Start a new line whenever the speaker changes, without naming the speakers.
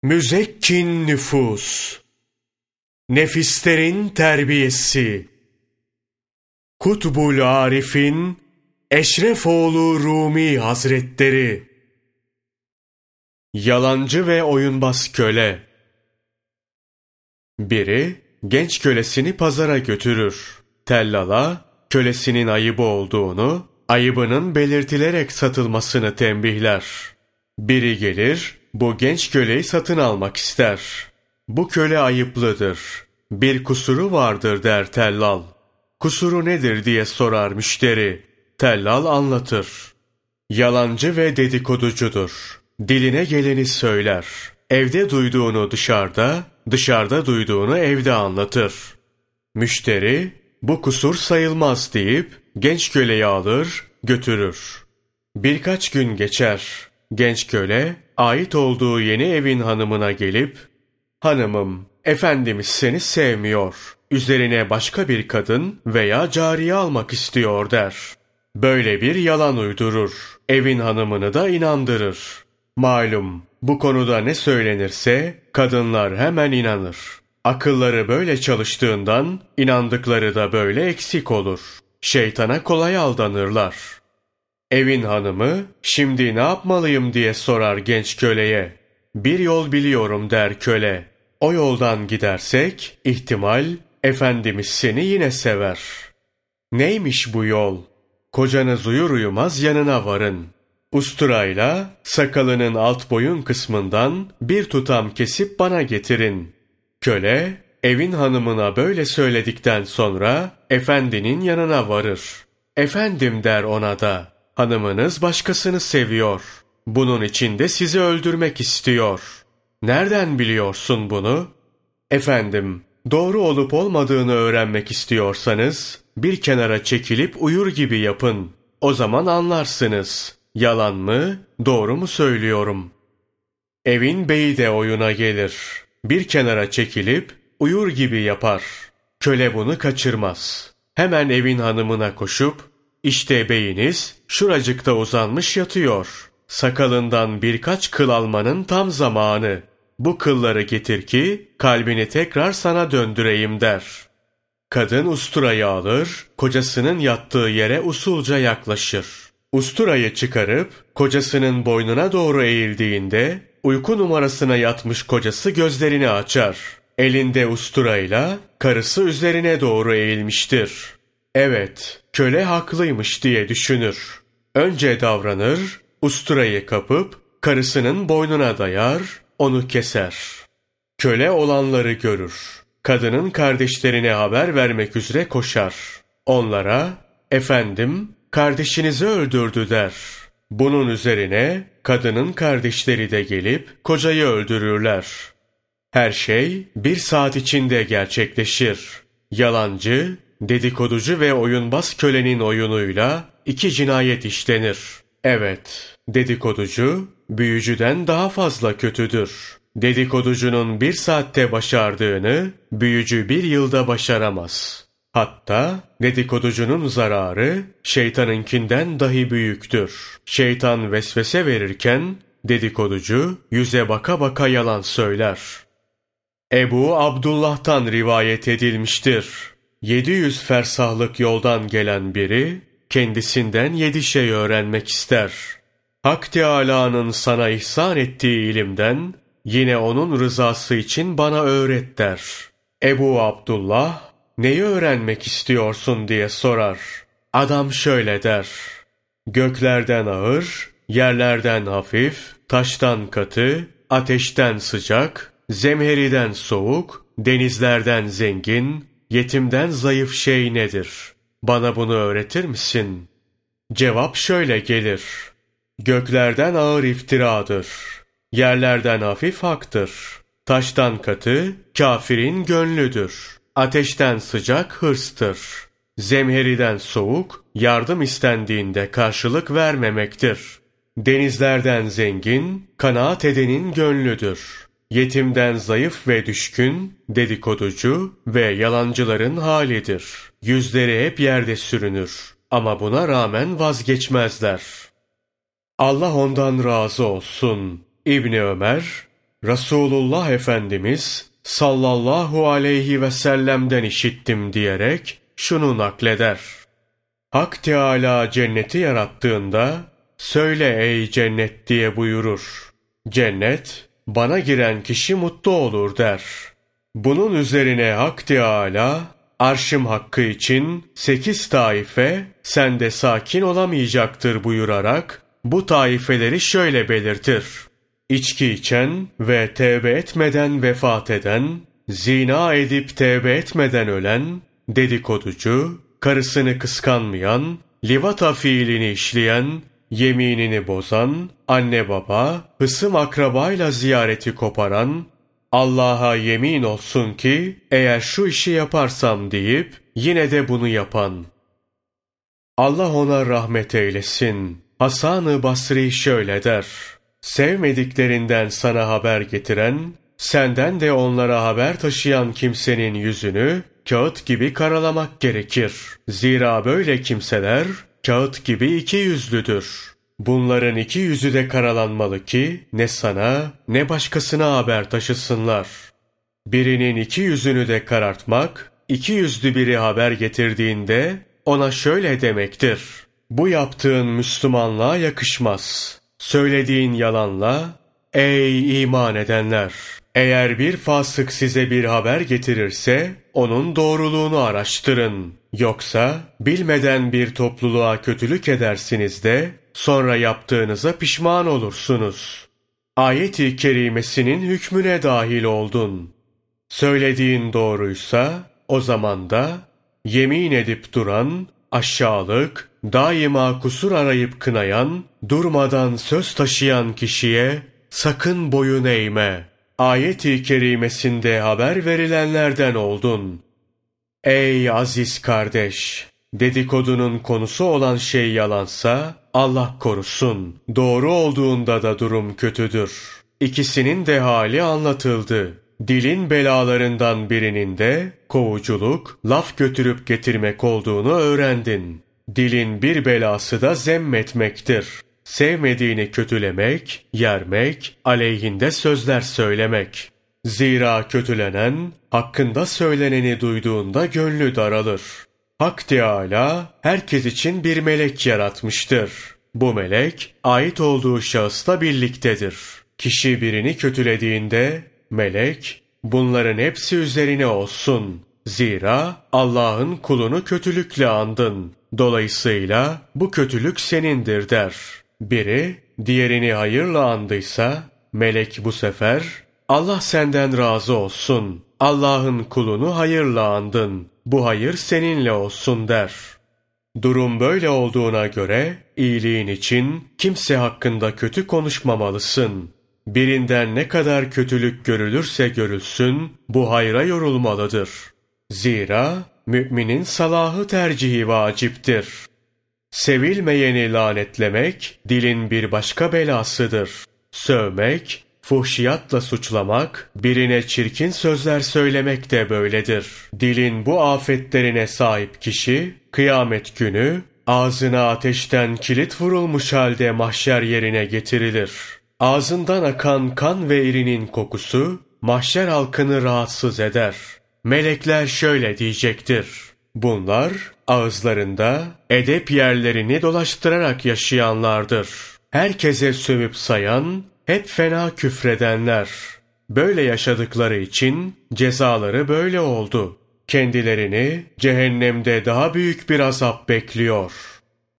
Müzekkin nüfus, nefislerin terbiyesi, Kutbul Arif'in Eşrefoğlu Rumi Hazretleri, yalancı ve oyunbaz köle. Biri genç kölesini pazara götürür. Tellala kölesinin ayıbı olduğunu, ayıbının belirtilerek satılmasını tembihler. Biri gelir, bu genç köleyi satın almak ister. Bu köle ayıplıdır, bir kusuru vardır der tellal. Kusuru nedir diye sorar müşteri. Tellal anlatır. Yalancı ve dedikoducudur. Diline geleni söyler. Evde duyduğunu dışarıda, dışarıda duyduğunu evde anlatır. Müşteri, bu kusur sayılmaz deyip genç köleyi alır, götürür. Birkaç gün geçer. Genç köle, ait olduğu yeni evin hanımına gelip, "Hanımım, efendimiz seni sevmiyor. Üzerine başka bir kadın veya cariye almak istiyor" der. Böyle bir yalan uydurur. Evin hanımını da inandırır. Malum, bu konuda ne söylenirse kadınlar hemen inanır. Akılları böyle çalıştığından inandıkları da böyle eksik olur. Şeytana kolay aldanırlar. Evin hanımı, "Şimdi ne yapmalıyım?" diye sorar genç köleye. "Bir yol biliyorum" der köle. "O yoldan gidersek ihtimal efendimiz seni yine sever." Neymiş bu yol? Kocanız uyur uyumaz yanına varın. Usturayla sakalının alt boyun kısmından bir tutam kesip bana getirin. Köle, evin hanımına böyle söyledikten sonra efendinin yanına varır. "Efendim" der ona da, "hanımınız başkasını seviyor. Bunun için de sizi öldürmek istiyor. Nereden biliyorsun bunu?" "Efendim, doğru olup olmadığını öğrenmek istiyorsanız bir kenara çekilip uyur gibi yapın. O zaman anlarsınız. Yalan mı, doğru mu söylüyorum?" Evin beyi de oyuna gelir. Bir kenara çekilip uyur gibi yapar. Köle bunu kaçırmaz. Hemen evin hanımına koşup, "İşte beyiniz şuracıkta uzanmış yatıyor. Sakalından birkaç kıl almanın tam zamanı. Bu kılları getir ki kalbini tekrar sana döndüreyim" der. Kadın usturayı alır, kocasının yattığı yere usulca yaklaşır. Usturayı çıkarıp kocasının boynuna doğru eğildiğinde uyku numarasına yatmış kocası gözlerini açar. Elinde usturayla karısı üzerine doğru eğilmiştir. Evet, köle haklıymış diye düşünür. Önce davranır, usturayı kapıp karısının boynuna dayar, onu keser. Köle olanları görür. Kadının kardeşlerine haber vermek üzere koşar. Onlara, "Efendim, kardeşinizi öldürdü" der. Bunun üzerine kadının kardeşleri de gelip kocayı öldürürler. Her şey bir saat içinde gerçekleşir. Yalancı, dedikoducu ve oyunbaz kölenin oyunuyla 2 cinayet işlenir. Evet, dedikoducu büyücüden daha fazla kötüdür. Dedikoducunun 1 saatte başardığını büyücü 1 yılda başaramaz. Hatta dedikoducunun zararı şeytanınkinden dahi büyüktür. Şeytan vesvese verirken dedikoducu yüze baka baka yalan söyler. Ebu Abdullah'tan rivayet edilmiştir. 700 fersahlık yoldan gelen biri kendisinden 7 şey öğrenmek ister. Hak Teâlâ'nın sana ihsan ettiği ilimden yine onun rızası için bana öğret der. Ebu Abdullah, "Neyi öğrenmek istiyorsun?" diye sorar. Adam şöyle der: "Göklerden ağır, yerlerden hafif, taştan katı, ateşten sıcak, zemheriden soğuk, denizlerden zengin, yetimden zayıf şey nedir? Bana bunu öğretir misin?" Cevap şöyle gelir: "Göklerden ağır iftiradır. Yerlerden hafif haktır. Taştan katı kafirin gönlüdür. Ateşten sıcak hırstır. Zemheriden soğuk yardım istendiğinde karşılık vermemektir. Denizlerden zengin kanaat edenin gönlüdür. Yetimden zayıf ve düşkün dedikoducu ve yalancıların halidir. Yüzleri hep yerde sürünür ama buna rağmen vazgeçmezler." Allah ondan razı olsun. İbni Ömer, Resulullah Efendimiz sallallahu aleyhi ve sellem'den işittim diyerek şunu nakleder. Hak Teâlâ cenneti yarattığında, söyle ey cennet diye buyurur. Cennet, bana giren kişi mutlu olur der. Bunun üzerine Hak Teâlâ, arşım hakkı için 8 taife sende sakin olamayacaktır buyurarak, bu taifeleri şöyle belirtir. İçki içen ve tevbe etmeden vefat eden, zina edip tevbe etmeden ölen, dedikoducu, karısını kıskanmayan, livata fiilini işleyen, yeminini bozan, anne baba, hısım akrabayla ziyareti koparan, Allah'a yemin olsun ki eğer şu işi yaparsam deyip yine de bunu yapan. Allah ona rahmet eylesin. Hasan-ı Basri şöyle der. Sevmediklerinden sana haber getiren, senden de onlara haber taşıyan kimsenin yüzünü kağıt gibi karalamak gerekir. Zira böyle kimseler kağıt gibi iki yüzlüdür. Bunların iki yüzü de karalanmalı ki ne sana ne başkasına haber taşısınlar. Birinin iki yüzünü de karartmak, iki yüzlü biri haber getirdiğinde ona şöyle demektir. Bu yaptığın Müslümanlığa yakışmaz. Söylediğin yalanla, ey iman edenler! Eğer bir fasık size bir haber getirirse, onun doğruluğunu araştırın. Yoksa bilmeden bir topluluğa kötülük edersiniz de, sonra yaptığınıza pişman olursunuz. Ayet-i kerimesinin hükmüne dahil oldun. Söylediğin doğruysa, o zaman da yemin edip duran, aşağılık, daima kusur arayıp kınayan, durmadan söz taşıyan kişiye sakın boyun eğme. Ayet-i kerimesinde haber verilenlerden oldun. Ey aziz kardeş! Dedikodunun konusu olan şey yalansa Allah korusun. Doğru olduğunda da durum kötüdür. İkisinin de hali anlatıldı. Dilin belalarından birinin de kovuculuk, laf götürüp getirmek olduğunu öğrendin. Dilin bir belası da zemmetmektir. Sevmediğini kötülemek, yermek, aleyhinde sözler söylemek. Zira kötülenen, hakkında söyleneni duyduğunda gönlü daralır. Hak Teâlâ, herkes için bir melek yaratmıştır. Bu melek, ait olduğu şahısla birliktedir. Kişi birini kötülediğinde, melek, bunların hepsi üzerine olsun. Zira Allah'ın kulunu kötülükle andın. Dolayısıyla bu kötülük senindir der. Biri diğerini hayırla andıysa, melek bu sefer, Allah senden razı olsun. Allah'ın kulunu hayırla andın. Bu hayır seninle olsun der. Durum böyle olduğuna göre, iyiliğin için kimse hakkında kötü konuşmamalısın. Birinden ne kadar kötülük görülürse görülsün, bu hayra yorulmalıdır. Zira müminin salahı tercihi vaciptir. Sevilmeyeni lanetlemek, dilin bir başka belasıdır. Sövmek, fuhşiyatla suçlamak, birine çirkin sözler söylemek de böyledir. Dilin bu afetlerine sahip kişi, kıyamet günü, ağzına ateşten kilit vurulmuş halde mahşer yerine getirilir. Ağzından akan kan ve irinin kokusu, mahşer halkını rahatsız eder. Melekler şöyle diyecektir. Bunlar, ağızlarında edep yerlerini dolaştırarak yaşayanlardır. Herkese sövüp sayan, hep fena küfredenler. Böyle yaşadıkları için cezaları böyle oldu. Kendilerini cehennemde daha büyük bir azap bekliyor.